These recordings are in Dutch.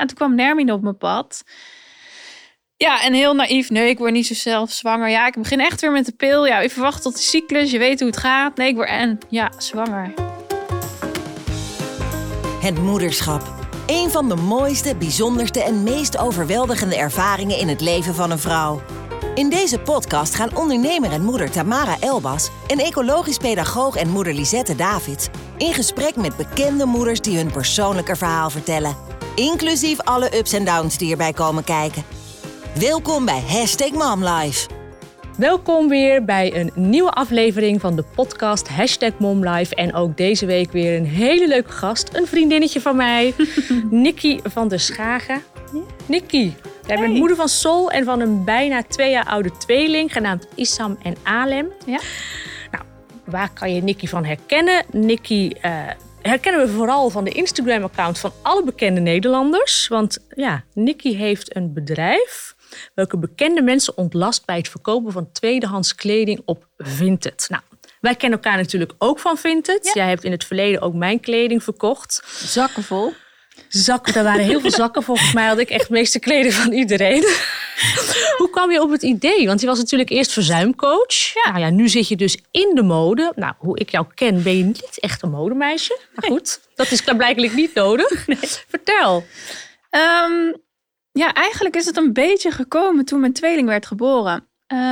En toen kwam Nermin op mijn pad. Ja, en heel naïef. Nee, ik word niet zo zelf zwanger. Ja, ik begin echt weer met de pil. Ja, even wachten tot de cyclus. Je weet hoe het gaat. Nee, ik word zwanger. Het moederschap. Een van de mooiste, bijzonderste en meest overweldigende ervaringen in het leven van een vrouw. In deze podcast gaan ondernemer en moeder Tamara Elbas en ecologisch pedagoog en moeder Lisette Davids in gesprek met bekende moeders die hun persoonlijke verhaal vertellen. Inclusief alle ups en downs die erbij komen kijken. Welkom bij #MomLife. Welkom weer bij een nieuwe aflevering van de podcast #MomLife. En ook deze week weer een hele leuke gast. Een vriendinnetje van mij, Nikki van der Schagen. Nikki, jij bent moeder van Sol en van een bijna 2 jaar oude tweeling, genaamd Issam en Alem. Ja. Nou, waar kan je Nikki van herkennen? Nikki herkennen we vooral van de Instagram-account van alle bekende Nederlanders. Want ja, Nikki heeft een bedrijf welke bekende mensen ontlast bij het verkopen van tweedehands kleding op Vinted. Nou, wij kennen elkaar natuurlijk ook van Vinted. Ja. Jij hebt in het verleden ook mijn kleding verkocht. Zakken vol. Daar waren heel veel zakken. Volgens mij had ik echt de meeste kleding van iedereen. Hoe kwam je op het idee? Want je was natuurlijk eerst verzuimcoach. Ja. Nou ja, nu zit je dus in de mode. Nou, hoe ik jou ken, ben je niet echt een modemeisje. Maar goed, dat is blijkbaar niet nodig. Nee. Vertel. Ja, eigenlijk is het een beetje gekomen toen mijn tweeling werd geboren.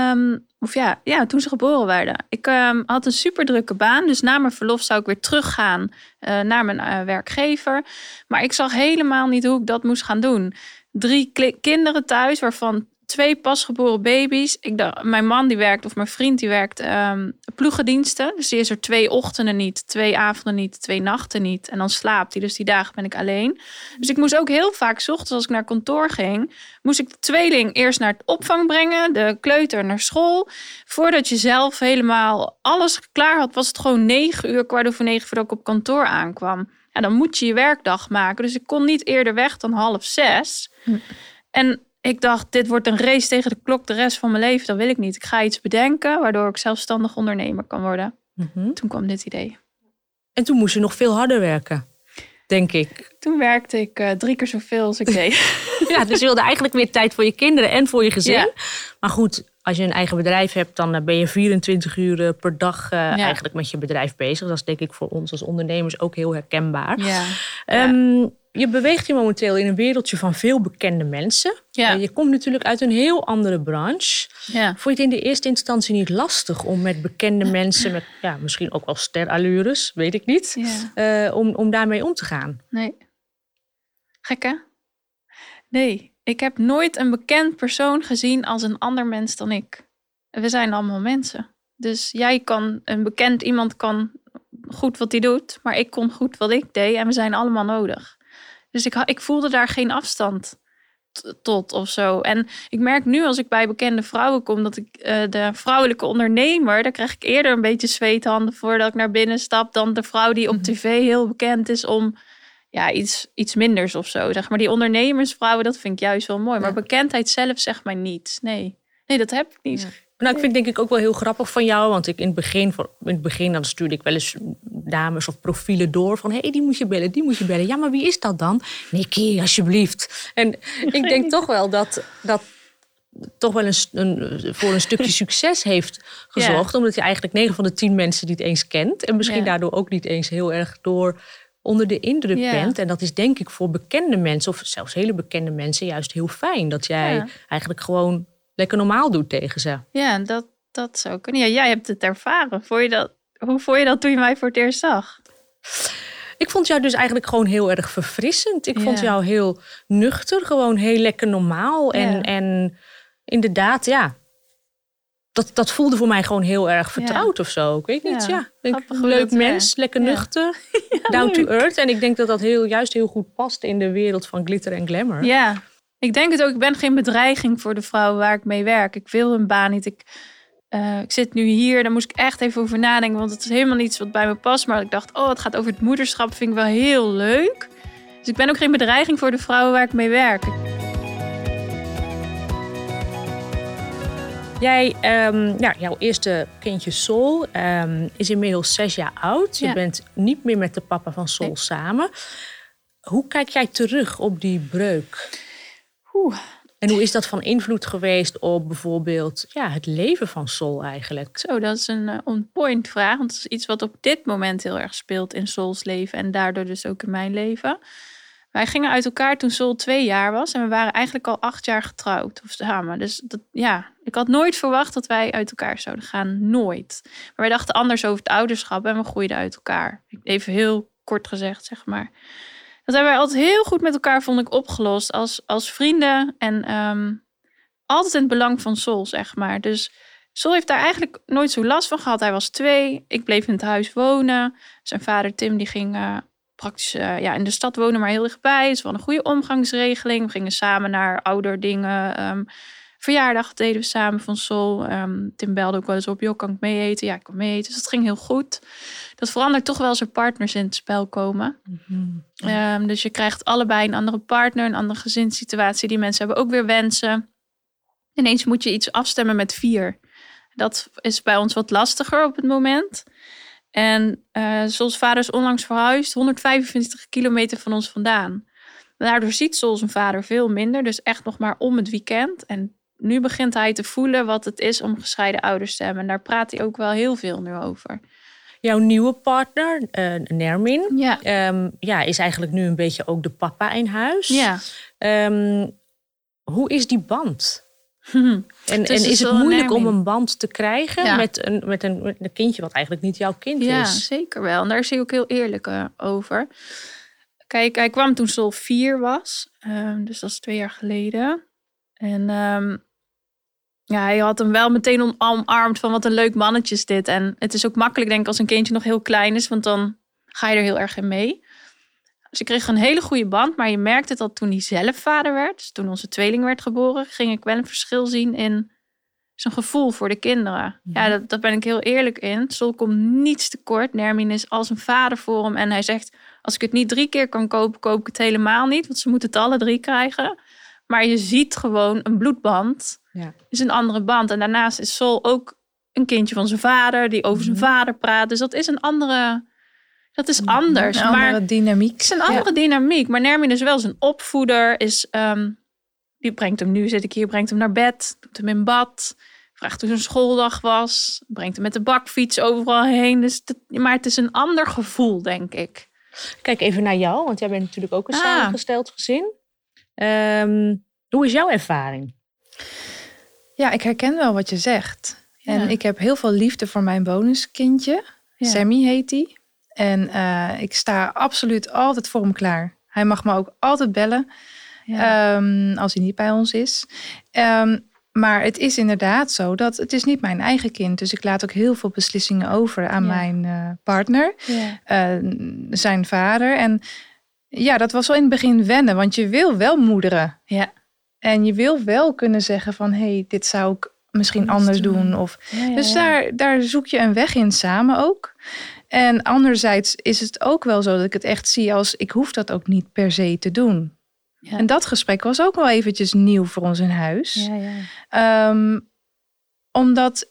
Toen ze geboren werden. Ik had een super drukke baan. Dus na mijn verlof zou ik weer teruggaan naar mijn werkgever. Maar ik zag helemaal niet hoe ik dat moest gaan doen. 3 kinderen thuis, waarvan 2 pasgeboren baby's. Mijn man die werkt, of mijn vriend die werkt ploegendiensten. Dus die is er 2 ochtenden niet, 2 avonden niet, 2 nachten niet. En dan slaapt hij, dus die dagen ben ik alleen. Dus ik moest ook heel vaak 's ochtends als ik naar kantoor ging, moest ik de tweeling eerst naar het opvang brengen, de kleuter naar school. Voordat je zelf helemaal alles klaar had, was het gewoon 9 uur, 9:15 voordat ik op kantoor aankwam. Ja, dan moet je je werkdag maken. Dus ik kon niet eerder weg dan 5:30. En ik dacht, dit wordt een race tegen de klok de rest van mijn leven. Dat wil ik niet. Ik ga iets bedenken waardoor ik zelfstandig ondernemer kan worden. Mm-hmm. Toen kwam dit idee. En toen moest je nog veel harder werken, denk ik. Toen werkte ik 3 keer zoveel als ik deed. Ja, dus je wilde eigenlijk weer tijd voor je kinderen en voor je gezin. Ja. Maar goed, als je een eigen bedrijf hebt, dan ben je 24 uur per dag eigenlijk met je bedrijf bezig. Dat is denk ik voor ons als ondernemers ook heel herkenbaar. Ja. Je beweegt je momenteel in een wereldje van veel bekende mensen. Ja. Je komt natuurlijk uit een heel andere branche. Ja. Vond je het in de eerste instantie niet lastig om met bekende mensen, met misschien ook wel sterallures, weet ik niet, om daarmee om te gaan? Nee. Gek hè? Nee, ik heb nooit een bekend persoon gezien als een ander mens dan ik. We zijn allemaal mensen. Dus iemand kan goed wat hij doet, maar ik kon goed wat ik deed en we zijn allemaal nodig. Dus ik voelde daar geen afstand tot of zo. En ik merk nu als ik bij bekende vrouwen kom, dat ik de vrouwelijke ondernemer, daar krijg ik eerder een beetje zweethanden voordat ik naar binnen stap dan de vrouw die op tv heel bekend is om iets minders of zo. Zeg maar die ondernemersvrouwen, dat vind ik juist wel mooi. Maar bekendheid zelf zegt mij niets. Nee, dat heb ik niet. Ja. Nou, ik vind denk ik ook wel heel grappig van jou. Want in het begin dan stuurde ik wel eens dames of profielen door. Van, die moet je bellen. Ja, maar wie is dat dan? Nikki, alsjeblieft. En ik denk toch wel dat toch wel voor een stukje succes heeft gezorgd. Yeah. Omdat je eigenlijk 9 van de 10 mensen niet eens kent. En misschien daardoor ook niet eens heel erg onder de indruk bent. En dat is denk ik voor bekende mensen, of zelfs hele bekende mensen, juist heel fijn. Dat jij eigenlijk gewoon lekker normaal doet tegen ze. Ja, dat zou kunnen. Ja, jij hebt het ervaren. Hoe vond je dat toen je mij voor het eerst zag? Ik vond jou dus eigenlijk gewoon heel erg verfrissend. Ik vond jou heel nuchter, gewoon heel lekker normaal. En inderdaad, dat voelde voor mij gewoon heel erg vertrouwd of zo. Ik weet niet, een leuk mens, lekker nuchter, down to earth. En ik denk dat juist heel goed past in de wereld van glitter en glamour. Ja. Ik denk het ook. Ik ben geen bedreiging voor de vrouwen waar ik mee werk. Ik wil hun baan niet. Ik zit nu hier. Daar moest ik echt even over nadenken. Want het is helemaal niets wat bij me past. Maar ik dacht, het gaat over het moederschap. Vind ik wel heel leuk. Dus ik ben ook geen bedreiging voor de vrouwen waar ik mee werk. Jouw eerste kindje Sol is inmiddels 6 jaar oud. Je bent niet meer met de papa van Sol samen. Hoe kijk jij terug op die breuk? Oeh. En hoe is dat van invloed geweest op bijvoorbeeld het leven van Sol eigenlijk? Zo, dat is een on-point vraag. Want het is iets wat op dit moment heel erg speelt in Sol's leven. En daardoor dus ook in mijn leven. Wij gingen uit elkaar toen Sol 2 jaar was. En we waren eigenlijk al 8 jaar getrouwd of samen. Dus ik had nooit verwacht dat wij uit elkaar zouden gaan. Nooit. Maar wij dachten anders over het ouderschap en we groeiden uit elkaar. Even heel kort gezegd, zeg maar. Dat hebben wij altijd heel goed met elkaar, vond ik, opgelost. Als vrienden en altijd in het belang van Sol, zeg maar. Dus Sol heeft daar eigenlijk nooit zo last van gehad. Hij was 2. Ik bleef in het huis wonen. Zijn vader Tim die ging praktisch in de stad wonen, maar heel dichtbij. Dus we hadden een goede omgangsregeling. We gingen samen naar ouder-dingen. Verjaardag deden we samen van Sol. Tim belde ook wel eens op. Joh, kan ik mee eten? Ja, ik kan mee eten. Dus dat ging heel goed. Dat verandert toch wel als er partners in het spel komen. Mm-hmm. Dus je krijgt allebei een andere partner, een andere gezinssituatie. Die mensen hebben ook weer wensen. Ineens moet je iets afstemmen met 4. Dat is bij ons wat lastiger op het moment. En Sol's vader is onlangs verhuisd, 125 kilometer van ons vandaan. Daardoor ziet Sol zijn vader veel minder, dus echt nog maar om het weekend. En nu begint hij te voelen wat het is om gescheiden ouders te hebben. En daar praat hij ook wel heel veel nu over. Jouw nieuwe partner, Nermin, Ja. Is eigenlijk nu een beetje ook de papa in huis. Ja. Hoe is die band? En is het moeilijk om een band te krijgen met een kindje wat eigenlijk niet jouw kind is? Ja, zeker wel. En daar is hij ook heel eerlijk over. Kijk, hij kwam toen Sol 4 was. Dus dat is 2 jaar geleden. En hij had hem wel meteen omarmd van wat een leuk mannetje is dit. En het is ook makkelijk, denk ik, als een kindje nog heel klein is. Want dan ga je er heel erg in mee. Dus ik kreeg een hele goede band. Maar je merkte dat toen hij zelf vader werd. Dus toen onze tweeling werd geboren. Ging ik wel een verschil zien in zijn gevoel voor de kinderen. Ja, daar ben ik heel eerlijk in. Sol komt niets tekort. Nermin is als een vader voor hem. En hij zegt, als ik het niet 3 keer kan kopen, koop ik het helemaal niet. Want ze moeten het alle 3 krijgen. Maar je ziet gewoon een bloedband. Ja. Is een andere band. En daarnaast is Sol ook een kindje van zijn vader. Die over zijn vader praat. Dus dat is een andere... Dat is anders. Een andere dynamiek. Het is een andere dynamiek. Maar Nermin is wel zijn opvoeder. Die brengt hem nu, zit ik hier, brengt hem naar bed. Doet hem in bad. Vraagt hoe zijn schooldag was. Brengt hem met de bakfiets overal heen. Maar het is een ander gevoel, denk ik. Kijk even naar jou. Want jij bent natuurlijk ook een samengesteld gezin. Hoe is jouw ervaring? Ja, ik herken wel wat je zegt. Ja. En ik heb heel veel liefde voor mijn bonuskindje. Ja. Sammy heet die. En ik sta absoluut altijd voor hem klaar. Hij mag me ook altijd bellen. Ja. Als hij niet bij ons is. Maar het is inderdaad zo dat het is niet mijn eigen kind. Dus ik laat ook heel veel beslissingen over aan mijn partner. Ja. Zijn vader. En ja, dat was wel in het begin wennen. Want je wil wel moederen. Ja. En je wil wel kunnen zeggen van... hey, dit zou ik misschien anders doen. Of, dus daar zoek je een weg in samen ook. En anderzijds is het ook wel zo dat ik het echt zie als... ik hoef dat ook niet per se te doen. Ja. En dat gesprek was ook wel eventjes nieuw voor ons in huis. Ja. Omdat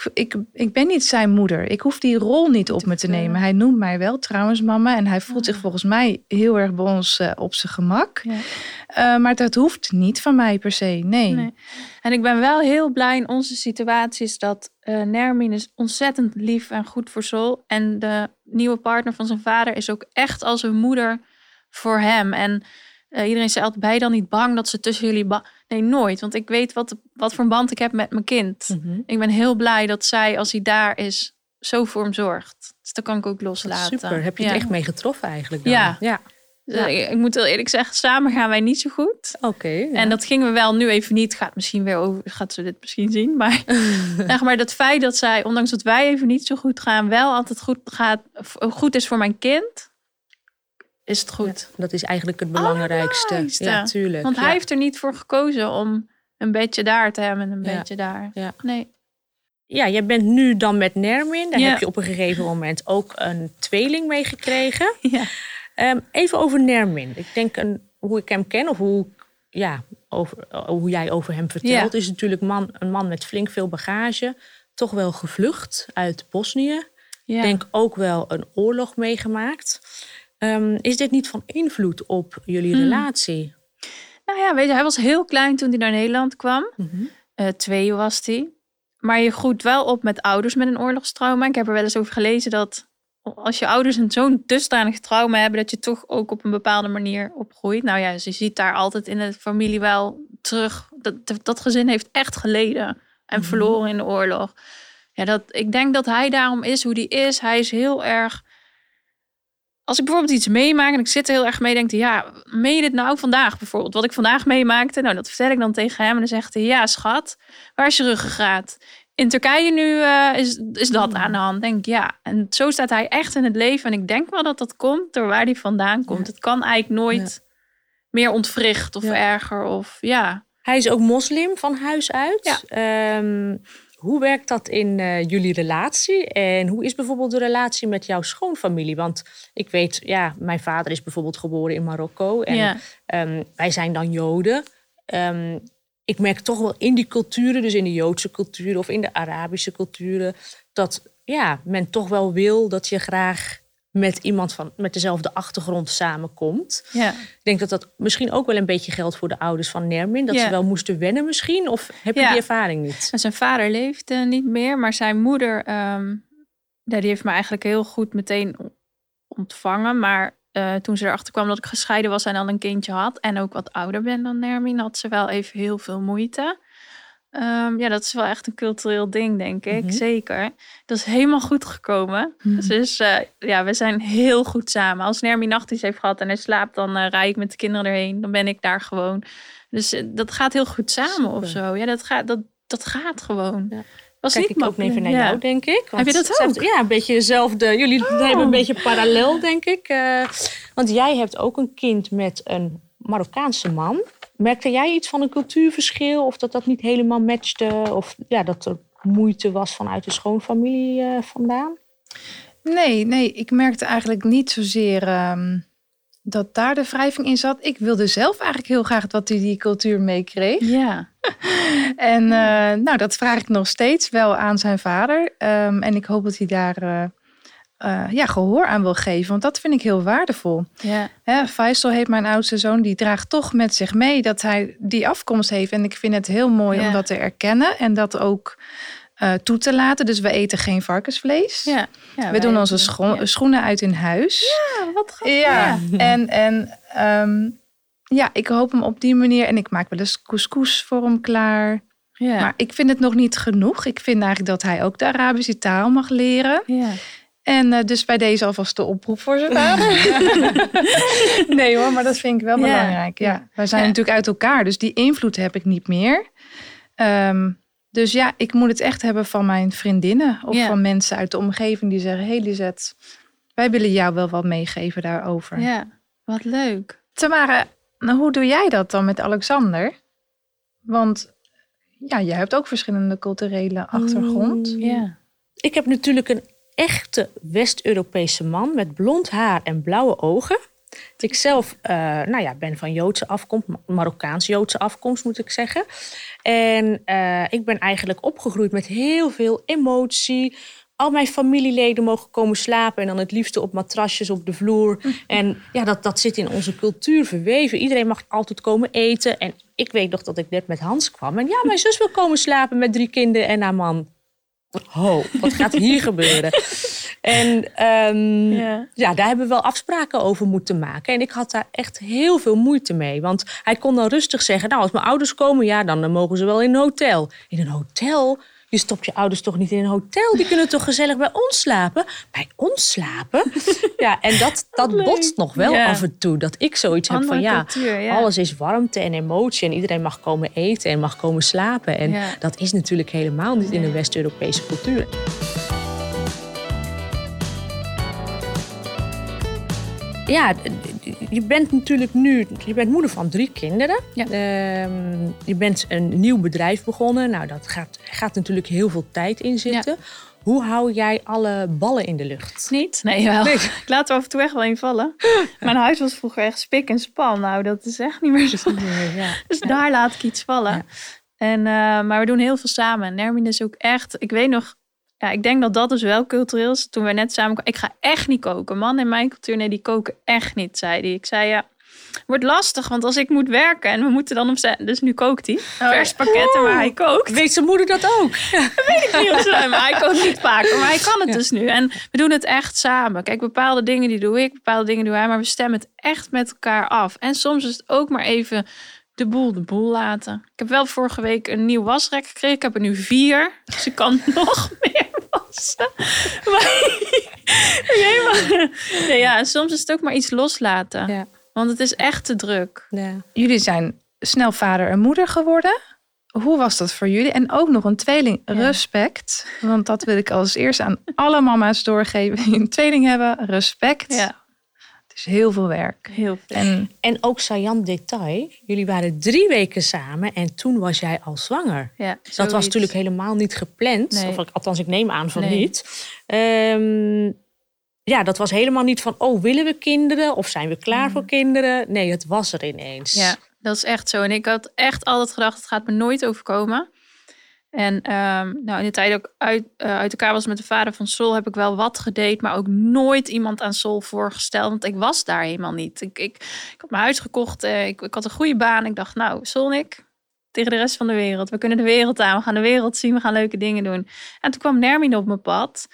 ik ben niet zijn moeder. Ik hoef die rol niet op me te nemen. Hij noemt mij wel trouwens mama. En hij voelt zich volgens mij heel erg bij ons op zijn gemak. Ja. Maar dat hoeft niet van mij per se, nee. En ik ben wel heel blij in onze situaties... dat Nermin is ontzettend lief en goed voor Sol. En de nieuwe partner van zijn vader is ook echt als een moeder voor hem. En iedereen zei altijd, ben je dan niet bang dat ze tussen jullie... Nee, nooit. Want ik weet wat voor een band ik heb met mijn kind. Mm-hmm. Ik ben heel blij dat zij, als hij daar is, zo voor hem zorgt. Dus dat kan ik ook loslaten. Super. Heb je het echt mee getroffen eigenlijk dan? Ja. Dus ik moet heel eerlijk zeggen, samen gaan wij niet zo goed. Oké. En dat gingen we wel nu even niet. Gaat misschien weer over, gaat ze dit misschien zien. Maar, maar dat feit dat zij, ondanks dat wij even niet zo goed gaan, wel altijd goed is voor mijn kind... is het goed. Ja, dat is eigenlijk het belangrijkste. Ja, tuurlijk. Want hij heeft er niet voor gekozen om een beetje daar te hebben en een beetje daar. Ja. Nee. Ja, jij bent nu dan met Nermin. Daar heb je op een gegeven moment ook een tweeling mee gekregen. Ja. Even over Nermin. Ik denk hoe ik hem ken of hoe jij over hem vertelt... is natuurlijk een man met flink veel bagage. Toch wel gevlucht uit Bosnië. Ja. Denk ook wel een oorlog meegemaakt... Is dit niet van invloed op jullie relatie? Nou ja, weet je, hij was heel klein toen hij naar Nederland kwam. 2 was hij. Maar je groeit wel op met ouders met een oorlogstrauma. Ik heb er wel eens over gelezen dat als je ouders zo'n dusdanig trauma hebben, dat je toch ook op een bepaalde manier opgroeit. Nou ja, dus je ziet daar altijd in de familie wel terug. Dat gezin heeft echt geleden en verloren in de oorlog. Ja, ik denk dat hij daarom is hoe die is. Hij is heel erg... Als ik bijvoorbeeld iets meemaak en ik zit er heel erg mee, denk ik, ja, meen je dit nou vandaag bijvoorbeeld? Wat ik vandaag meemaakte, nou, dat vertel ik dan tegen hem. En dan zegt hij, ja schat, waar is je ruggengraat? In Turkije nu is dat aan de hand. Denk ik, ja. En zo staat hij echt in het leven. En ik denk wel dat dat komt door waar hij vandaan komt. Het kan eigenlijk nooit meer ontwricht of erger. Of, Hij is ook moslim van huis uit. Ja. Hoe werkt dat in jullie relatie? En hoe is bijvoorbeeld de relatie met jouw schoonfamilie? Want ik weet, mijn vader is bijvoorbeeld geboren in Marokko. En wij zijn dan Joden. Ik merk toch wel in die culturen, dus in de Joodse culturen of in de Arabische culturen, dat men toch wel wil dat je graag met iemand met dezelfde achtergrond samenkomt. Ja. Ik denk dat dat misschien ook wel een beetje geldt voor de ouders van Nermin. Dat ze wel moesten wennen misschien. Of heb je die ervaring niet? Zijn vader leeft niet meer. Maar zijn moeder, die heeft me eigenlijk heel goed meteen ontvangen. Maar toen ze erachter kwam dat ik gescheiden was en al een kindje had. En ook wat ouder ben dan Nermin, had ze wel even heel veel moeite. Dat is wel echt een cultureel ding, denk ik. Zeker. Dat is helemaal goed gekomen. Dus we zijn heel goed samen. Als Nermin nachtdienst heeft gehad en hij slaapt, dan rij ik met de kinderen erheen. Dan ben ik daar gewoon. Dus dat gaat heel goed samen of zo. Ja, dat gaat gewoon. Ja. Kijk ik ook even naar jou, denk ik. Want heb je dat ook? Ja, een beetje dezelfde. Jullie hebben een beetje parallel, denk ik. Want jij hebt ook een kind met een Marokkaanse man. Merkte jij iets van een cultuurverschil? Of dat niet helemaal matchte? Of dat er moeite was vanuit de schoonfamilie vandaan? Nee, ik merkte eigenlijk niet zozeer dat daar de wrijving in zat. Ik wilde zelf eigenlijk heel graag dat hij die cultuur meekreeg. Ja. En dat vraag ik nog steeds wel aan zijn vader. En ik hoop dat hij daar gehoor aan wil geven. Want dat vind ik heel waardevol. Ja. Faisal heeft mijn oudste zoon. Die draagt toch met zich mee dat hij die afkomst heeft. En ik vind het heel mooi om dat te erkennen. En dat ook toe te laten. Dus we eten geen varkensvlees. Ja, we doen onze schoenen uit in huis. Ja, wat goed. Ja. En ik hoop hem op die manier. En ik maak wel eens couscous voor hem klaar. Ja. Maar ik vind het nog niet genoeg. Ik vind eigenlijk dat hij ook de Arabische taal mag leren. Ja. En dus bij deze alvast de oproep voor zijn vader. Nee hoor, maar dat vind ik wel belangrijk. Ja. Wij zijn natuurlijk uit elkaar, dus die invloed heb ik niet meer. Dus ik moet het echt hebben van mijn vriendinnen. Of van mensen uit de omgeving die zeggen, hey Lisette, wij willen jou wel wat meegeven daarover. Ja, wat leuk. Tamara, hoe doe jij dat dan met Alexander? Want jij hebt ook verschillende culturele achtergrond. Ja. Ik heb natuurlijk een echte West-Europese man met blond haar en blauwe ogen. Ik zelf ben van Joodse afkomst, Marokkaans-Joodse afkomst moet ik zeggen. En ik ben eigenlijk opgegroeid met heel veel emotie. Al mijn familieleden mogen komen slapen en dan het liefste op matrasjes op de vloer. En dat zit in onze cultuur verweven. Iedereen mag altijd komen eten. En ik weet nog dat ik net met Hans kwam. En mijn zus wil komen slapen met 3 kinderen en haar man. Wat gaat hier gebeuren? En daar hebben we wel afspraken over moeten maken. En ik had daar echt heel veel moeite mee. Want hij kon dan rustig zeggen, als mijn ouders komen, dan mogen ze wel in een hotel. In een hotel? Je stopt je ouders toch niet in een hotel? Die kunnen toch gezellig bij ons slapen? Bij ons slapen? En dat botst nog wel af en toe. Dat ik zoiets heb van cultuur, alles is warmte en emotie. En iedereen mag komen eten en mag komen slapen. En dat is natuurlijk helemaal niet in een West-Europese cultuur. Ja, je bent natuurlijk je bent moeder van 3 kinderen. Ja. Je bent een nieuw bedrijf begonnen. Nou, dat gaat natuurlijk heel veel tijd in zitten. Ja. Hoe hou jij alle ballen in de lucht? Niet? Nee, wel. Nee. Ik laat er af en toe echt wel in vallen. Mijn huis was vroeger echt spik en span. Nou, dat is echt niet meer zo. Dus daar laat ik iets vallen. Ja. Maar we doen heel veel samen. Nermin is ook echt... Ik weet nog, Ja, ik denk dat dat dus wel cultureel is. Toen wij net samen kwamen, ik ga echt niet koken. Man in mijn cultuur, nee, die koken echt niet, zei hij. Ik zei, ja, wordt lastig, want als ik moet werken en we moeten dan dus nu kookt hij. Vers pakketten, maar hij kookt. Weet zijn moeder dat ook? Dat weet ik niet of zo, maar hij kookt niet vaker. Maar hij kan het dus nu. En we doen het echt samen. Kijk, bepaalde dingen die doe ik, bepaalde dingen doe hij. Maar we stemmen het echt met elkaar af. En soms is het ook maar even de boel laten. Ik heb wel vorige week een nieuw wasrek gekregen. Ik heb er nu 4. Dus ik kan nog meer wassen. Nee, ja, soms is het ook maar iets loslaten. Ja. Want het is echt te druk. Ja. Jullie zijn snel vader en moeder geworden. Hoe was dat voor jullie? En ook nog een tweeling. Ja. Respect. Want dat wil ik als eerste aan alle mama's doorgeven. Die een tweeling hebben. Respect. Ja, Het is heel veel werk. heel veel. En ook saillant detail. Jullie waren 3 weken samen en toen was jij al zwanger. Ja, Dat zoiets. was natuurlijk helemaal niet gepland. Nee. Of althans, ik neem aan van Nee. niet. Ja, dat was helemaal niet van, willen we kinderen? Of zijn we klaar voor kinderen? Nee, het was er ineens. Ja, dat is echt zo. En ik had echt altijd gedacht, het gaat me nooit overkomen. En in de tijd dat ik uit elkaar was met de vader van Sol, heb ik wel wat gedate, maar ook nooit iemand aan Sol voorgesteld. Want ik was daar helemaal niet. Ik had mijn huis gekocht, ik had een goede baan. Ik dacht, nou, Sol en ik, tegen de rest van de wereld. We kunnen de wereld aan, we gaan de wereld zien, we gaan leuke dingen doen. En toen kwam Nermin op mijn pad.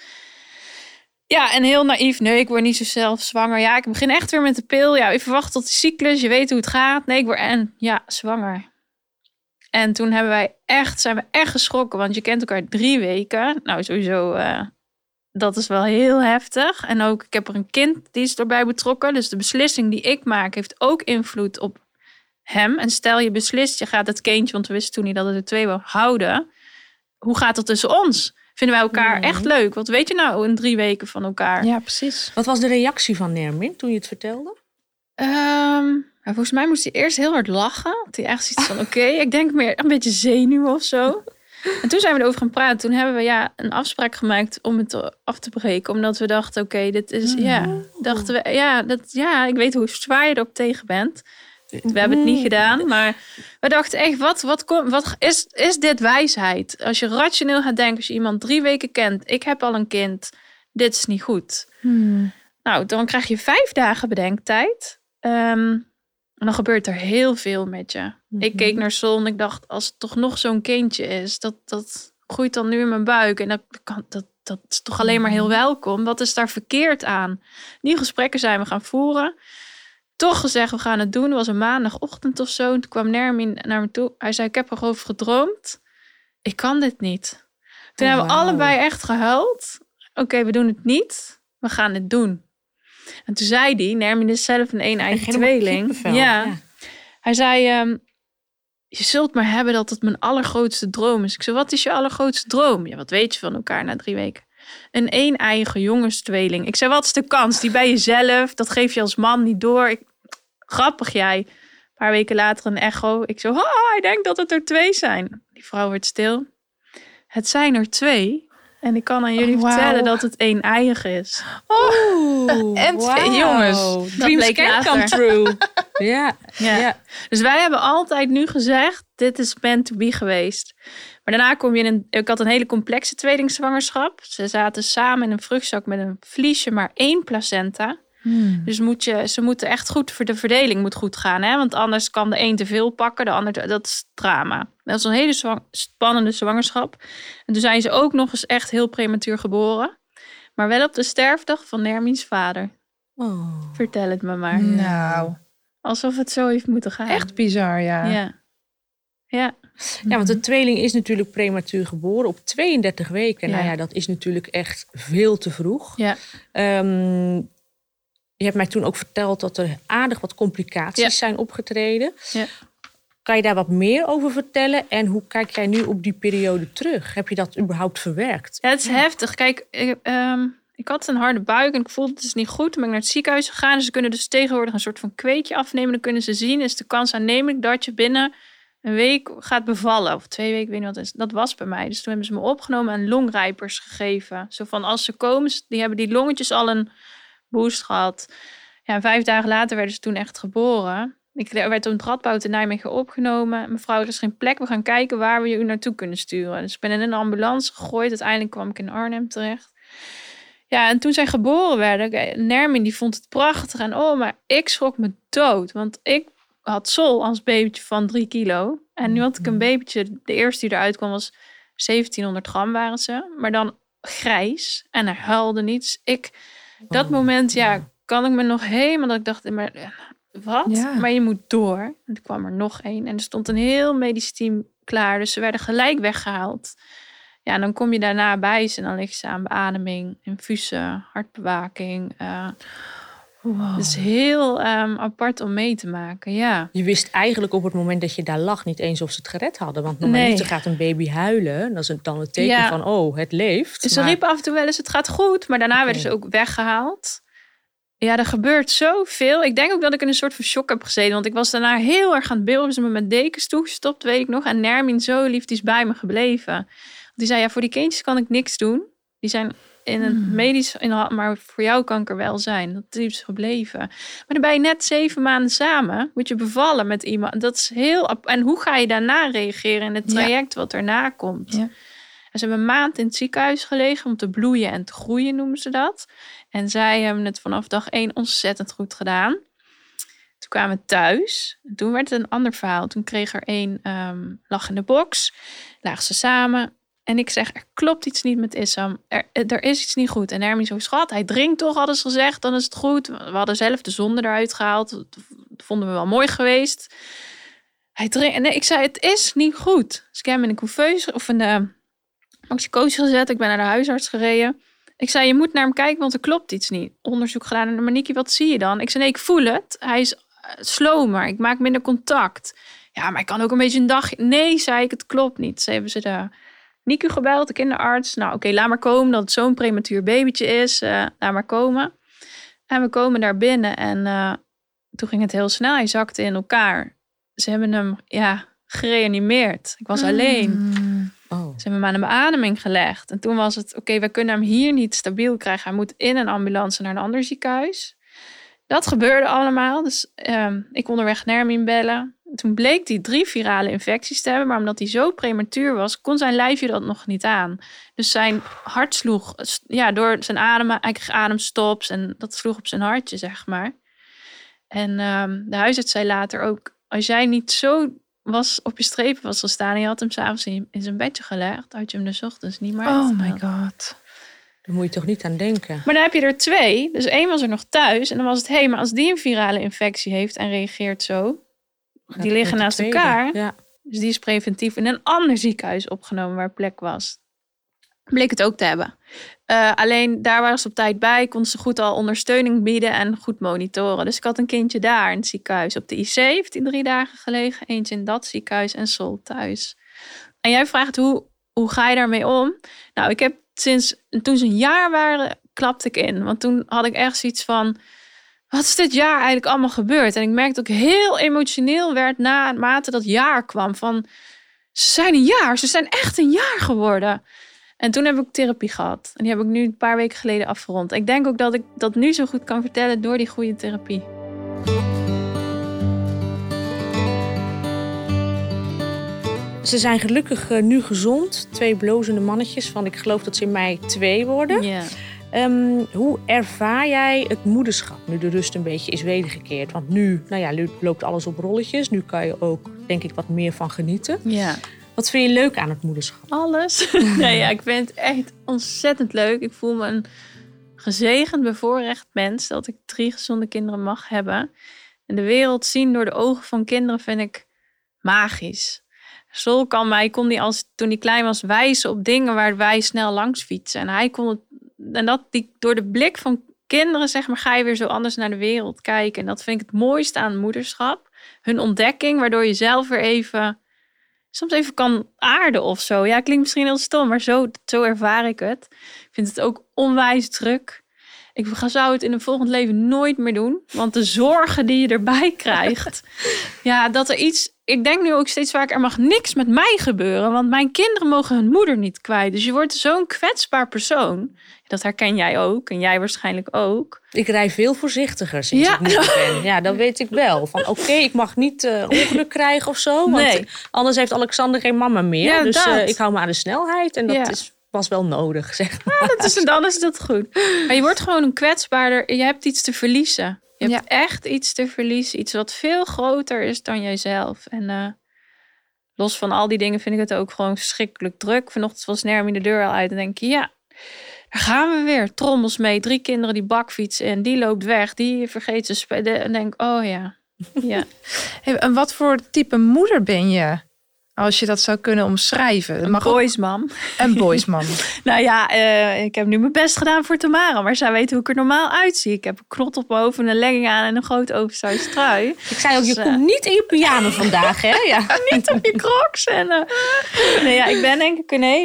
Ja, en heel naïef. Nee, ik word niet zo zelf zwanger. Ja, ik begin echt weer met de pil. Ja, even wachten tot de cyclus. Je weet hoe het gaat. Nee, ik word zwanger. En toen zijn we echt geschrokken. Want je kent elkaar 3 weken. Nou, sowieso, dat is wel heel heftig. En ook, ik heb er een kind, die is erbij betrokken. Dus de beslissing die ik maak, heeft ook invloed op hem. En stel je beslist, je gaat het kindje, want we wisten toen niet dat het er 2 wou, houden. Hoe gaat het tussen ons? Vinden wij elkaar echt leuk? Wat weet je nou in 3 weken van elkaar? Ja, precies. Wat was de reactie van Nermin toen je het vertelde? Volgens mij moest hij eerst heel hard lachen. Dat hij echt zoiets van, oké, ik denk meer een beetje zenuw of zo. En toen zijn we erover gaan praten. Toen hebben we een afspraak gemaakt om het af te breken. Omdat we dachten, oké, dit is, dachten we, ik weet hoe zwaar je erop tegen bent. We hebben het niet gedaan, maar we dachten echt, wat is dit wijsheid? Als je rationeel gaat denken, als je iemand 3 weken kent, ik heb al een kind, dit is niet goed. Nou, dan krijg je 5 dagen bedenktijd. En dan gebeurt er heel veel met je. Ik keek naar Sol en ik dacht, als het toch nog zo'n kindje is, dat groeit dan nu in mijn buik. En dat is toch alleen maar heel welkom. Wat is daar verkeerd aan? Die gesprekken zijn we gaan voeren. Toch gezegd, we gaan het doen. Het was een maandagochtend of zo. En toen kwam Nermin naar me toe. Hij zei, ik heb erover gedroomd. Ik kan dit niet. Toen hebben we allebei echt gehuild. Oké, we doen het niet. We gaan het doen. En toen zei hij, Nermin is zelf een een-eigen tweeling. Ja. Hij zei, je zult maar hebben dat het mijn allergrootste droom is. Ik zei, wat is je allergrootste droom? Ja, wat weet je van elkaar na 3 weken? Een een-eigen jongenstweeling. Ik zei, wat is de kans? Die bij jezelf, dat geef je als man niet door. Grappig jij. Een paar weken later een echo. Ik zo, ik denk dat het er 2 zijn. Die vrouw werd stil. Het zijn er 2. En ik kan aan jullie vertellen dat het een-eigen is. En 2 jongens. Dreams can come true. Ja. Dus wij hebben altijd nu gezegd, dit is meant to be geweest. Maar daarna kom je ik had een hele complexe tweelingzwangerschap. Ze zaten samen in een vruchtzak met een vliesje, maar 1 placenta. Dus ze moeten echt goed, voor de verdeling moet goed gaan. Hè? Want anders kan de een te veel pakken, de ander, dat is drama. Dat is een hele spannende zwangerschap. En toen zijn ze ook nog eens echt heel prematuur geboren. Maar wel op de sterfdag van Nermin's vader. Vertel het me maar. Nou, alsof het zo heeft moeten gaan. echt bizar, ja. Ja. Ja, want de tweeling is natuurlijk prematuur geboren op 32 weken. Ja. Nou ja, dat is natuurlijk echt veel te vroeg. Ja. Je hebt mij toen ook verteld dat er aardig wat complicaties zijn opgetreden. Ja. Kan je daar wat meer over vertellen? En hoe kijk jij nu op die periode terug? Heb je dat überhaupt verwerkt? Ja, het is heftig. Kijk, ik had een harde buik en ik voelde het is niet goed. Toen ben ik naar het ziekenhuis gegaan. Dus ze kunnen dus tegenwoordig een soort van kweekje afnemen. Dan kunnen ze zien, is de kans aannemelijk dat je binnen een week gaat bevallen. Of 2 weken, weet niet wat het is. Dat was bij mij. Dus toen hebben ze me opgenomen en longrijpers gegeven. Zo van, als ze komen, die hebben die longetjes al een boost gehad. Ja, en 5 dagen later werden ze toen echt geboren. Ik werd op Radboud in Nijmegen opgenomen. Mevrouw, er is geen plek. We gaan kijken waar we u naartoe kunnen sturen. Dus ik ben in een ambulance gegooid. Uiteindelijk kwam ik in Arnhem terecht. Ja, en toen zij geboren werden, Nermin die vond het prachtig. En maar ik schrok me dood. Want ik had Sol als babytje van 3 kilo. En nu had ik een babytje, de eerste die eruit kwam was 1700 gram waren ze. Maar dan grijs. En hij huilde niet. Dus dat moment, kan ik me nog helemaal... Dat ik dacht, maar wat? Ja. Maar je moet door. En er kwam er nog 1. En er stond een heel medisch team klaar. Dus ze werden gelijk weggehaald. Ja, en dan kom je daarna bij ze. En dan ligt ze aan beademing, infusen, hartbewaking. Wow. Het is heel apart om mee te maken, ja. Je wist eigenlijk op het moment dat je daar lag niet eens of ze het gered hadden. Want normaliter gaat een baby huilen. Dat is dan het teken van, het leeft. Dus ze riepen af en toe wel eens, het gaat goed. Maar daarna werden ze ook weggehaald. Ja, er gebeurt zoveel. Ik denk ook dat ik in een soort van shock heb gezeten. Want ik was daarna heel erg aan het beelden. Ze me met dekens toegestopt, weet ik nog. En Nermin, zo lief, die is bij me gebleven. Die zei, voor die kindjes kan ik niks doen. Die zijn in een medisch... maar voor jou kan ik er wel zijn. Dat is gebleven. Maar dan ben je net 7 maanden samen. Moet je bevallen met iemand. Dat is heel... En hoe ga je daarna reageren in het traject wat erna komt? Ja. En ze hebben een maand in het ziekenhuis gelegen om te bloeien en te groeien, noemen ze dat. En zij hebben het vanaf dag 1 ontzettend goed gedaan. Toen kwamen we thuis. Toen werd het een ander verhaal. Toen kreeg er 1 lag in de box. Lagen ze samen. En ik zeg, er klopt iets niet met Issam. Er is iets niet goed. En Nermin zo, schat, hij drinkt toch, hadden ze gezegd. Dan is het goed. We hadden zelf de zonde eruit gehaald. Dat vonden we wel mooi geweest. Hij drinkt. En ik zei, het is niet goed. Dus ik heb hem in een couveuse of in de oxycose gezet. Ik ben naar de huisarts gereden. Ik zei, je moet naar hem kijken, want er klopt iets niet. Onderzoek gedaan. En Monique, wat zie je dan? Ik zei, nee, ik voel het. Hij is slomer. Ik maak minder contact. Ja, maar ik kan ook een beetje een dag... Nee, zei ik, het klopt niet. Ze hebben ze de NICU gebeld, de kinderarts. Nou, oké, laat maar komen dat het zo'n prematuur babytje is. Laat maar komen. En we komen daar binnen en toen ging het heel snel. Hij zakte in elkaar. Ze hebben hem, gereanimeerd. Ik was alleen. Ze hebben hem aan een beademing gelegd. En toen was het, oké, we kunnen hem hier niet stabiel krijgen. Hij moet in een ambulance naar een ander ziekenhuis. Dat gebeurde allemaal. Dus ik onderweg Nermin bellen. Toen bleek hij 3 virale infecties te hebben. Maar omdat hij zo prematuur was, kon zijn lijfje dat nog niet aan. Dus zijn hart sloeg door zijn ademen. Hij kreeg ademstops en dat sloeg op zijn hartje, zeg maar. En de huisarts zei later ook, als jij niet zo op je strepen was gestaan en je had hem 's avonds in zijn bedje gelegd, had je hem 's ochtends niet meer. Oh my god. Daar moet je toch niet aan denken. Maar dan heb je er 2. Dus 1 was er nog thuis. En dan was het, maar als die een virale infectie heeft en reageert zo. Die liggen naast elkaar. Ja. Dus die is preventief in een ander ziekenhuis opgenomen waar plek was. Bleek het ook te hebben. Alleen daar waren ze op tijd bij. Konden ze goed al ondersteuning bieden en goed monitoren. Dus ik had een kindje daar in het ziekenhuis. Op de IC heeft hij 3 dagen gelegen. Eentje in dat ziekenhuis en Sol thuis. En jij vraagt, hoe ga je daarmee om? Nou, ik heb toen ze een jaar waren, klapte ik in. Want toen had ik echt zoiets van, wat is dit jaar eigenlijk allemaal gebeurd? En ik merkte ook heel emotioneel werd naarmate dat jaar kwam. Van, ze zijn echt een jaar geworden. En toen heb ik therapie gehad. En die heb ik nu een paar weken geleden afgerond. Ik denk ook dat ik dat nu zo goed kan vertellen door die goede therapie. Ze zijn gelukkig nu gezond. 2 blozende mannetjes van, ik geloof dat ze in mei 2 worden. Ja. Hoe ervaar jij het moederschap nu de rust een beetje is wedergekeerd? Want nu loopt alles op rolletjes. Nu kan je ook, denk ik, wat meer van genieten. Ja. Wat vind je leuk aan het moederschap? Alles. Ik vind het echt ontzettend leuk. Ik voel me een gezegend, bevoorrecht mens dat ik 3 gezonde kinderen mag hebben. En de wereld zien door de ogen van kinderen vind ik magisch. Sol kon die toen hij klein was wijzen op dingen waar wij snel langs fietsen. En hij kon het, en door de blik van kinderen, zeg maar, ga je weer zo anders naar de wereld kijken. En dat vind ik het mooiste aan het moederschap. Hun ontdekking, waardoor je zelf weer soms even kan aarden of zo. Ja, klinkt misschien heel stom, maar zo ervaar ik het. Ik vind het ook onwijs druk. Ik zou het in een volgend leven nooit meer doen. Want de zorgen die je erbij krijgt. Ja, dat er iets... Ik denk nu ook steeds vaker, er mag niks met mij gebeuren. Want mijn kinderen mogen hun moeder niet kwijt. Dus je wordt zo'n kwetsbaar persoon. Dat herken jij ook. En jij waarschijnlijk ook. Ik rij veel voorzichtiger sinds ik moeder ben. Ja, dat weet ik wel. Van oké, ik mag niet ongeluk krijgen of zo. Want anders heeft Alexander geen mama meer. Ja, dus ik hou me aan de snelheid. En dat was wel nodig, zeg maar. Ja, dan is dat goed. Maar je wordt gewoon een kwetsbaarder. Je hebt iets te verliezen. Je hebt echt iets te verliezen. Iets wat veel groter is dan jijzelf. En los van al die dingen vind ik het ook gewoon verschrikkelijk druk. Vanochtend was Nermi de deur al uit en denk je, daar gaan we weer. Trommels mee, 3 kinderen die bakfietsen en die loopt weg. Die vergeet ze spelen. En denk, ja. Hey, en wat voor type moeder ben je? Als je dat zou kunnen omschrijven. Een boysmam. Een boysmam. Nou ja, ik heb nu mijn best gedaan voor Tamara. Maar zij weet hoe ik er normaal uitzie. Ik heb een knot op mijn hoofd en een legging aan en een groot oversized trui. Ik zei ook, je komt niet in je pyjama vandaag, hè? Ja. Niet op je crocs. Ik ben denk ik een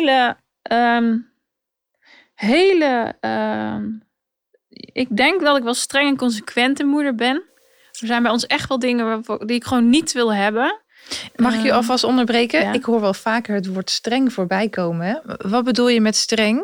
ik denk dat ik wel streng en consequente moeder ben. Er zijn bij ons echt wel dingen die ik gewoon niet wil hebben. Mag ik je alvast onderbreken? Ja. Ik hoor wel vaker het woord streng voorbij komen. Hè? Wat bedoel je met streng?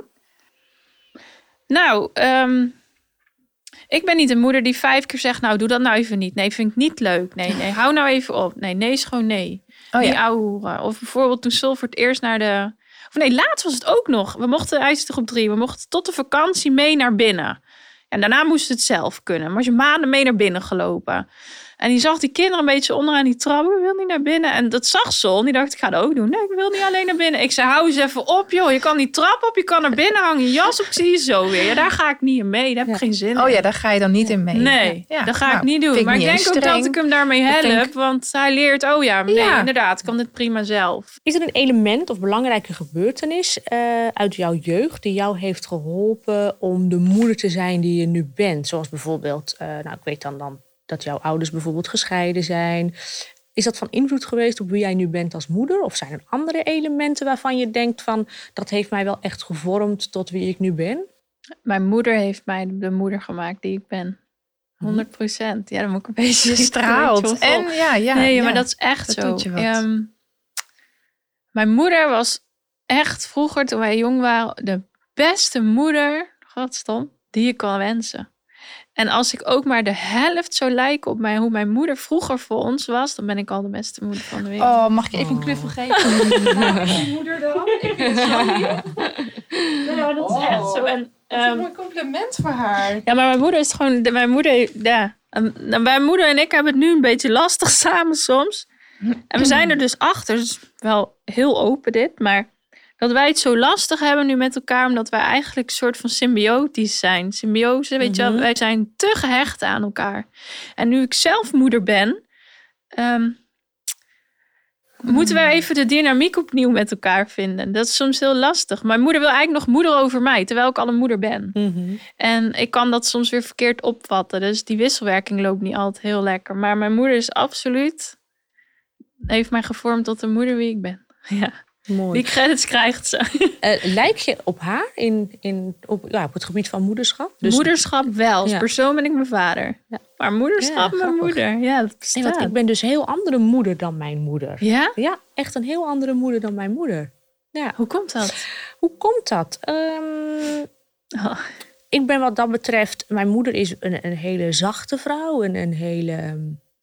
Nou, ik ben niet een moeder die 5 keer zegt... nou, doe dat nou even niet. Nee, vind ik niet leuk. Nee, hou nou even op. Nee is gewoon nee. Die ouwe hoeren. Of bijvoorbeeld toen Sul voor het eerst naar de... Of nee, laatst was het ook nog. We mochten IJsselgroep 3. We mochten tot de vakantie mee naar binnen. En daarna moest het zelf kunnen. Maar ze maanden mee naar binnen gelopen. En die zag die kinderen een beetje onderaan die trap. Ik wil niet naar binnen. En dat zag Sol. En die dacht, ik ga dat ook doen. Nee, ik wil niet alleen naar binnen. Ik zei, hou eens even op, joh. Je kan die trap op. Je kan naar binnen hangen. Je jas op. Ik zie je zo weer. Ja, daar ga ik niet in mee. Daar heb ik geen zin in. Oh ja, daar ga je dan niet in mee. Nee, dat ga ik niet doen. Maar ik denk ook dat ik hem daarmee help. Want hij leert, inderdaad. Ik kan dit prima zelf. Is er een element of belangrijke gebeurtenis uit jouw jeugd... die jou heeft geholpen om de moeder te zijn die je nu bent? Zoals bijvoorbeeld, ik weet dan dat jouw ouders bijvoorbeeld gescheiden zijn. Is dat van invloed geweest op wie jij nu bent als moeder? Of zijn er andere elementen waarvan je denkt van... dat heeft mij wel echt gevormd tot wie ik nu ben? Mijn moeder heeft mij de moeder gemaakt die ik ben. 100%. Ja, dan moet ik een beetje... straalt. En nee, maar dat is echt zo. Doet je wat. Mijn moeder was echt vroeger, toen wij jong waren... de beste moeder, die je kan wensen. En als ik ook maar de helft zou lijken op hoe mijn moeder vroeger voor ons was... dan ben ik al de beste moeder van de wereld. Oh, mag ik even een knuffel geven? Mijn moeder dan? Ik vind het zo lief. Nou, dat is echt zo. En, wat een mooi compliment voor haar. Ja, maar mijn moeder is gewoon... Mijn moeder en ik hebben het nu een beetje lastig samen soms. En we zijn er dus achter. Dus wel heel open dit, maar... dat wij het zo lastig hebben nu met elkaar... omdat wij eigenlijk een soort van symbiotisch zijn. Symbiose, weet je wel. Wij zijn te gehecht aan elkaar. En nu ik zelf moeder ben... moeten wij even de dynamiek opnieuw met elkaar vinden. Dat is soms heel lastig. Mijn moeder wil eigenlijk nog moeder over mij... terwijl ik al een moeder ben. En ik kan dat soms weer verkeerd opvatten. Dus die wisselwerking loopt niet altijd heel lekker. Maar mijn moeder is absoluut... heeft mij gevormd tot de moeder wie ik ben. Ja. Mooi. Die credits krijgt ze. Lijk je op haar op het gebied van moederschap? Dus... moederschap wel. Als persoon ben ik mijn vader. Ja. Maar moederschap mijn moeder. Ja, dat bestaat. Nee, want ik ben dus een heel andere moeder dan mijn moeder. Ja? Ja, echt een heel andere moeder dan mijn moeder. Ja. Hoe komt dat? Ik ben wat dat betreft... Mijn moeder is een hele zachte vrouw. Een hele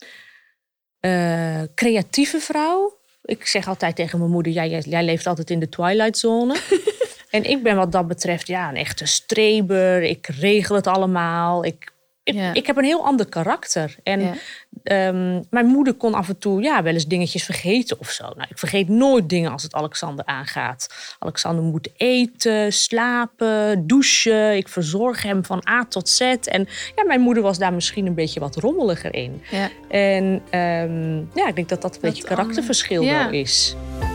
creatieve vrouw. Ik zeg altijd tegen mijn moeder... jij leeft altijd in de Twilight Zone. En ik ben wat dat betreft een echte streber. Ik regel het allemaal. Ik heb een heel ander karakter. En mijn moeder kon af en toe wel eens dingetjes vergeten of zo. Nou, ik vergeet nooit dingen als het Alexander aangaat. Alexander moet eten, slapen, douchen. Ik verzorg hem van A tot Z. En mijn moeder was daar misschien een beetje wat rommeliger in. Ja. En ik denk dat dat een beetje karakterverschil wel is.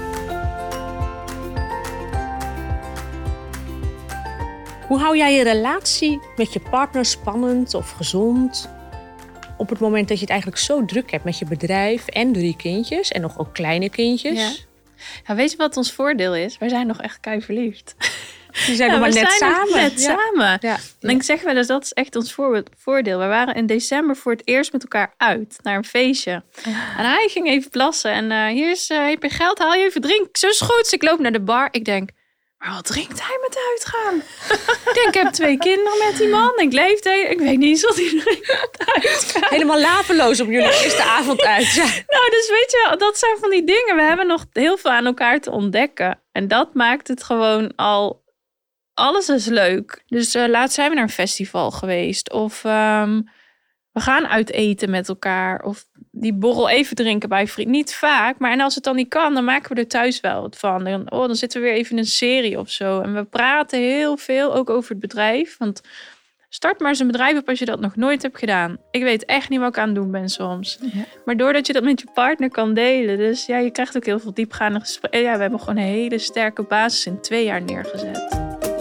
Hoe hou jij je relatie met je partner spannend of gezond... op het moment dat je het eigenlijk zo druk hebt met je bedrijf... en 3 kindjes en nog ook kleine kindjes? Ja. Weet je wat ons voordeel is? Wij zijn nog echt keiverliefd. Die zijn nog maar net samen. samen. Ja. En ik zeg wel eens, dat is echt ons voordeel. We waren in december voor het eerst met elkaar uit naar een feestje. En hij ging even plassen. En hier heb je geld, haal je even drink. Zo is goed. Dus ik loop naar de bar. Ik denk, maar wat drinkt hij met uitgaan? Ik denk, ik heb 2 kinderen met die man. Ik leefde. Ik weet niet eens wat hij drinkt met uitgaan. Helemaal laveloos op jullie eerste avond uit. Ja. Nou, dus weet je wel, dat zijn van die dingen. We hebben nog heel veel aan elkaar te ontdekken. En dat maakt het gewoon al... Alles is leuk. Dus laatst zijn we naar een festival geweest. Of we gaan uit eten met elkaar. Of die borrel even drinken bij vrienden. Niet vaak, maar en als het dan niet kan, dan maken we er thuis wel wat van. Dan zitten we weer even in een serie of zo. En we praten heel veel, ook over het bedrijf. Want start maar eens een bedrijf op als je dat nog nooit hebt gedaan. Ik weet echt niet wat ik aan het doen ben soms. Ja. Maar doordat je dat met je partner kan delen. Dus ja, je krijgt ook heel veel diepgaande gesprekken. Ja, we hebben gewoon een hele sterke basis in 2 jaar neergezet.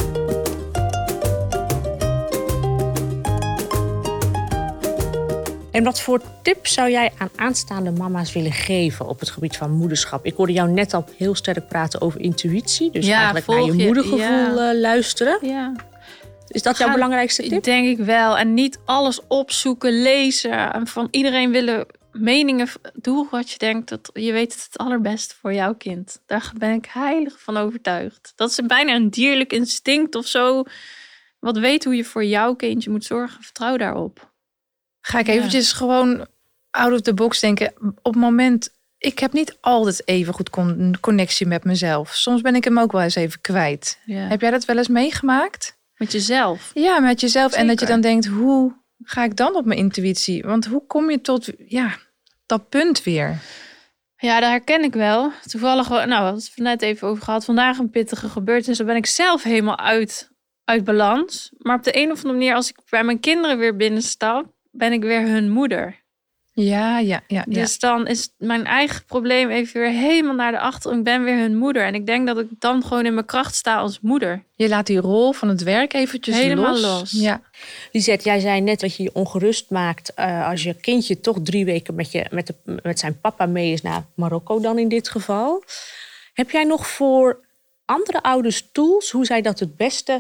En wat voor tips zou jij aan aanstaande mama's willen geven op het gebied van moederschap? Ik hoorde jou net al heel sterk praten over intuïtie. Dus eigenlijk naar je moedergevoel luisteren. Ja. Is dat jouw belangrijkste tip? Denk ik wel. En niet alles opzoeken, lezen. En van iedereen willen meningen. Doe wat je denkt. Dat je weet het allerbeste voor jouw kind. Daar ben ik heilig van overtuigd. Dat is bijna een dierlijk instinct of zo. Wat weet hoe je voor jouw kindje moet zorgen. Vertrouw daarop. Ga ik eventjes gewoon out of the box denken. Op het moment, ik heb niet altijd even goed connectie met mezelf. Soms ben ik hem ook wel eens even kwijt. Ja. Heb jij dat wel eens meegemaakt? Met jezelf? Ja, met jezelf. Zeker. En dat je dan denkt, hoe ga ik dan op mijn intuïtie? Want hoe kom je tot dat punt weer? Ja, dat herken ik wel. Toevallig, we het net even over gehad. Vandaag een pittige gebeurtenis. Dan ben ik zelf helemaal uit balans. Maar op de een of andere manier, als ik bij mijn kinderen weer binnenstap, ben ik weer hun moeder. Ja. Dus dan is mijn eigen probleem even weer helemaal naar de achter. Ik ben weer hun moeder. En ik denk dat ik dan gewoon in mijn kracht sta als moeder. Je laat die rol van het werk eventjes helemaal los. Ja. Lisette, jij zei net dat je je ongerust maakt als je kindje toch 3 weken met zijn papa mee is naar Marokko dan in dit geval. Heb jij nog voor andere ouders tools hoe zij dat het beste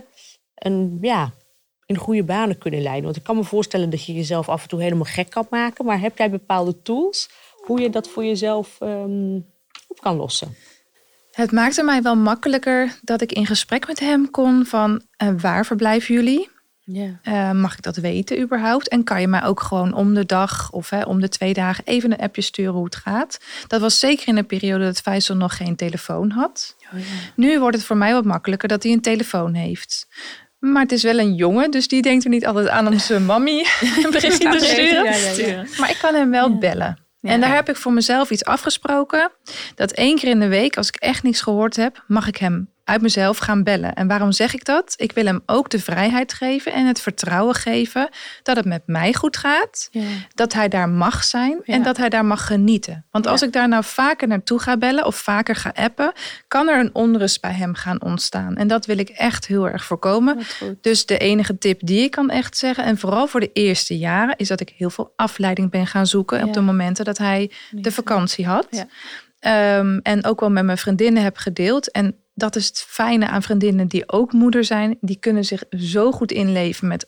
in goede banen kunnen leiden? Want ik kan me voorstellen dat je jezelf af en toe helemaal gek kan maken. Maar heb jij bepaalde tools hoe je dat voor jezelf op kan lossen? Het maakte mij wel makkelijker dat ik in gesprek met hem kon van waar verblijven jullie? Yeah. Mag ik dat weten überhaupt? En kan je mij ook gewoon om de dag of om de 2 dagen even een appje sturen hoe het gaat? Dat was zeker in de periode dat Faisal nog geen telefoon had. Oh, yeah. Nu wordt het voor mij wat makkelijker dat hij een telefoon heeft. Maar het is wel een jongen, dus die denkt er niet altijd aan om zijn mammy een berichtje te sturen. Ja. Maar ik kan hem wel bellen. Ja. En daar heb ik voor mezelf iets afgesproken. Dat 1 keer in de week, als ik echt niks gehoord heb, mag ik hem uit mezelf gaan bellen. En waarom zeg ik dat? Ik wil hem ook de vrijheid geven en het vertrouwen geven dat het met mij goed gaat. Ja. Dat hij daar mag zijn en dat hij daar mag genieten. Want als ik daar nou vaker naartoe ga bellen of vaker ga appen, kan er een onrust bij hem gaan ontstaan. En dat wil ik echt heel erg voorkomen. Dus de enige tip die ik kan echt zeggen, en vooral voor de eerste jaren, is dat ik heel veel afleiding ben gaan zoeken op de momenten dat hij de vakantie had. Ja. En ook wel met mijn vriendinnen heb gedeeld. En dat is het fijne aan vriendinnen die ook moeder zijn. Die kunnen zich zo goed inleven met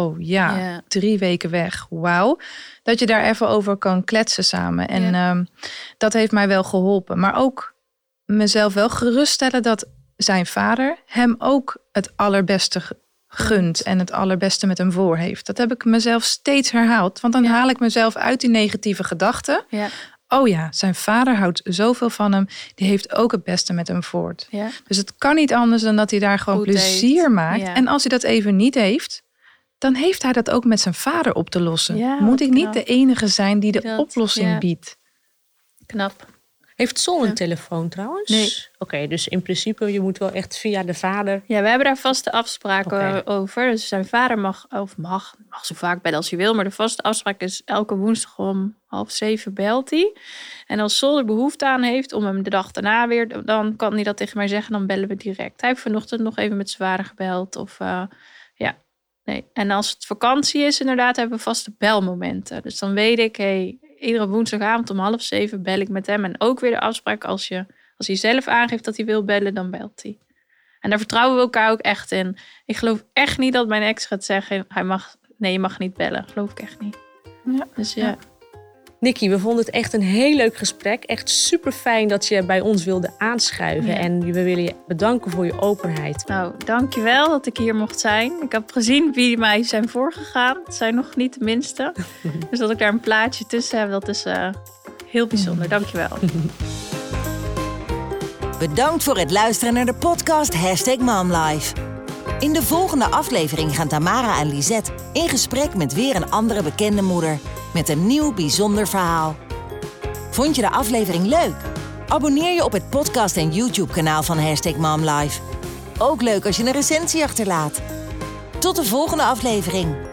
3 weken weg. Wauw. Dat je daar even over kan kletsen samen. En dat heeft mij wel geholpen. Maar ook mezelf wel geruststellen dat zijn vader hem ook het allerbeste gunt. En het allerbeste met hem voor heeft. Dat heb ik mezelf steeds herhaald. Want dan haal ik mezelf uit die negatieve gedachten. Ja. Oh ja, zijn vader houdt zoveel van hem. Die heeft ook het beste met hem voort. Ja. Dus het kan niet anders dan dat hij daar gewoon plezier maakt. Ja. En als hij dat even niet heeft, dan heeft hij dat ook met zijn vader op te lossen. Ja, moet ik niet de enige zijn die de oplossing biedt. Knap. Heeft Sol een telefoon trouwens? Nee. Oké, dus in principe je moet wel echt via de vader. Ja, we hebben daar vaste afspraken over. Dus zijn vader mag zo vaak bellen als hij wil. Maar de vaste afspraak is elke woensdag om 6:30 belt hij. En als Sol er behoefte aan heeft om hem de dag daarna weer, dan kan hij dat tegen mij zeggen. Dan bellen we direct. Hij heeft vanochtend nog even met zijn vader gebeld. En als het vakantie is, inderdaad, hebben we vaste belmomenten. Dus dan weet ik, iedere woensdagavond om 6:30 bel ik met hem. En ook weer de afspraak, als hij zelf aangeeft dat hij wil bellen, dan belt hij. En daar vertrouwen we elkaar ook echt in. Ik geloof echt niet dat mijn ex gaat zeggen, je mag niet bellen. Geloof ik echt niet. Ja. Dus ja. Nikki, we vonden het echt een heel leuk gesprek. Echt super fijn dat je bij ons wilde aanschuiven. Ja. En we willen je bedanken voor je openheid. Nou, dankjewel dat ik hier mocht zijn. Ik heb gezien wie mij zijn voorgegaan. Het zijn nog niet de minste. Dus dat ik daar een plaatje tussen heb, dat is heel bijzonder. Dankjewel. Bedankt voor het luisteren naar de podcast #MomLife. In de volgende aflevering gaan Tamara en Lisette in gesprek met weer een andere bekende moeder. Met een nieuw bijzonder verhaal. Vond je de aflevering leuk? Abonneer je op het podcast- en YouTube-kanaal van #MomLife. Ook leuk als je een recensie achterlaat. Tot de volgende aflevering.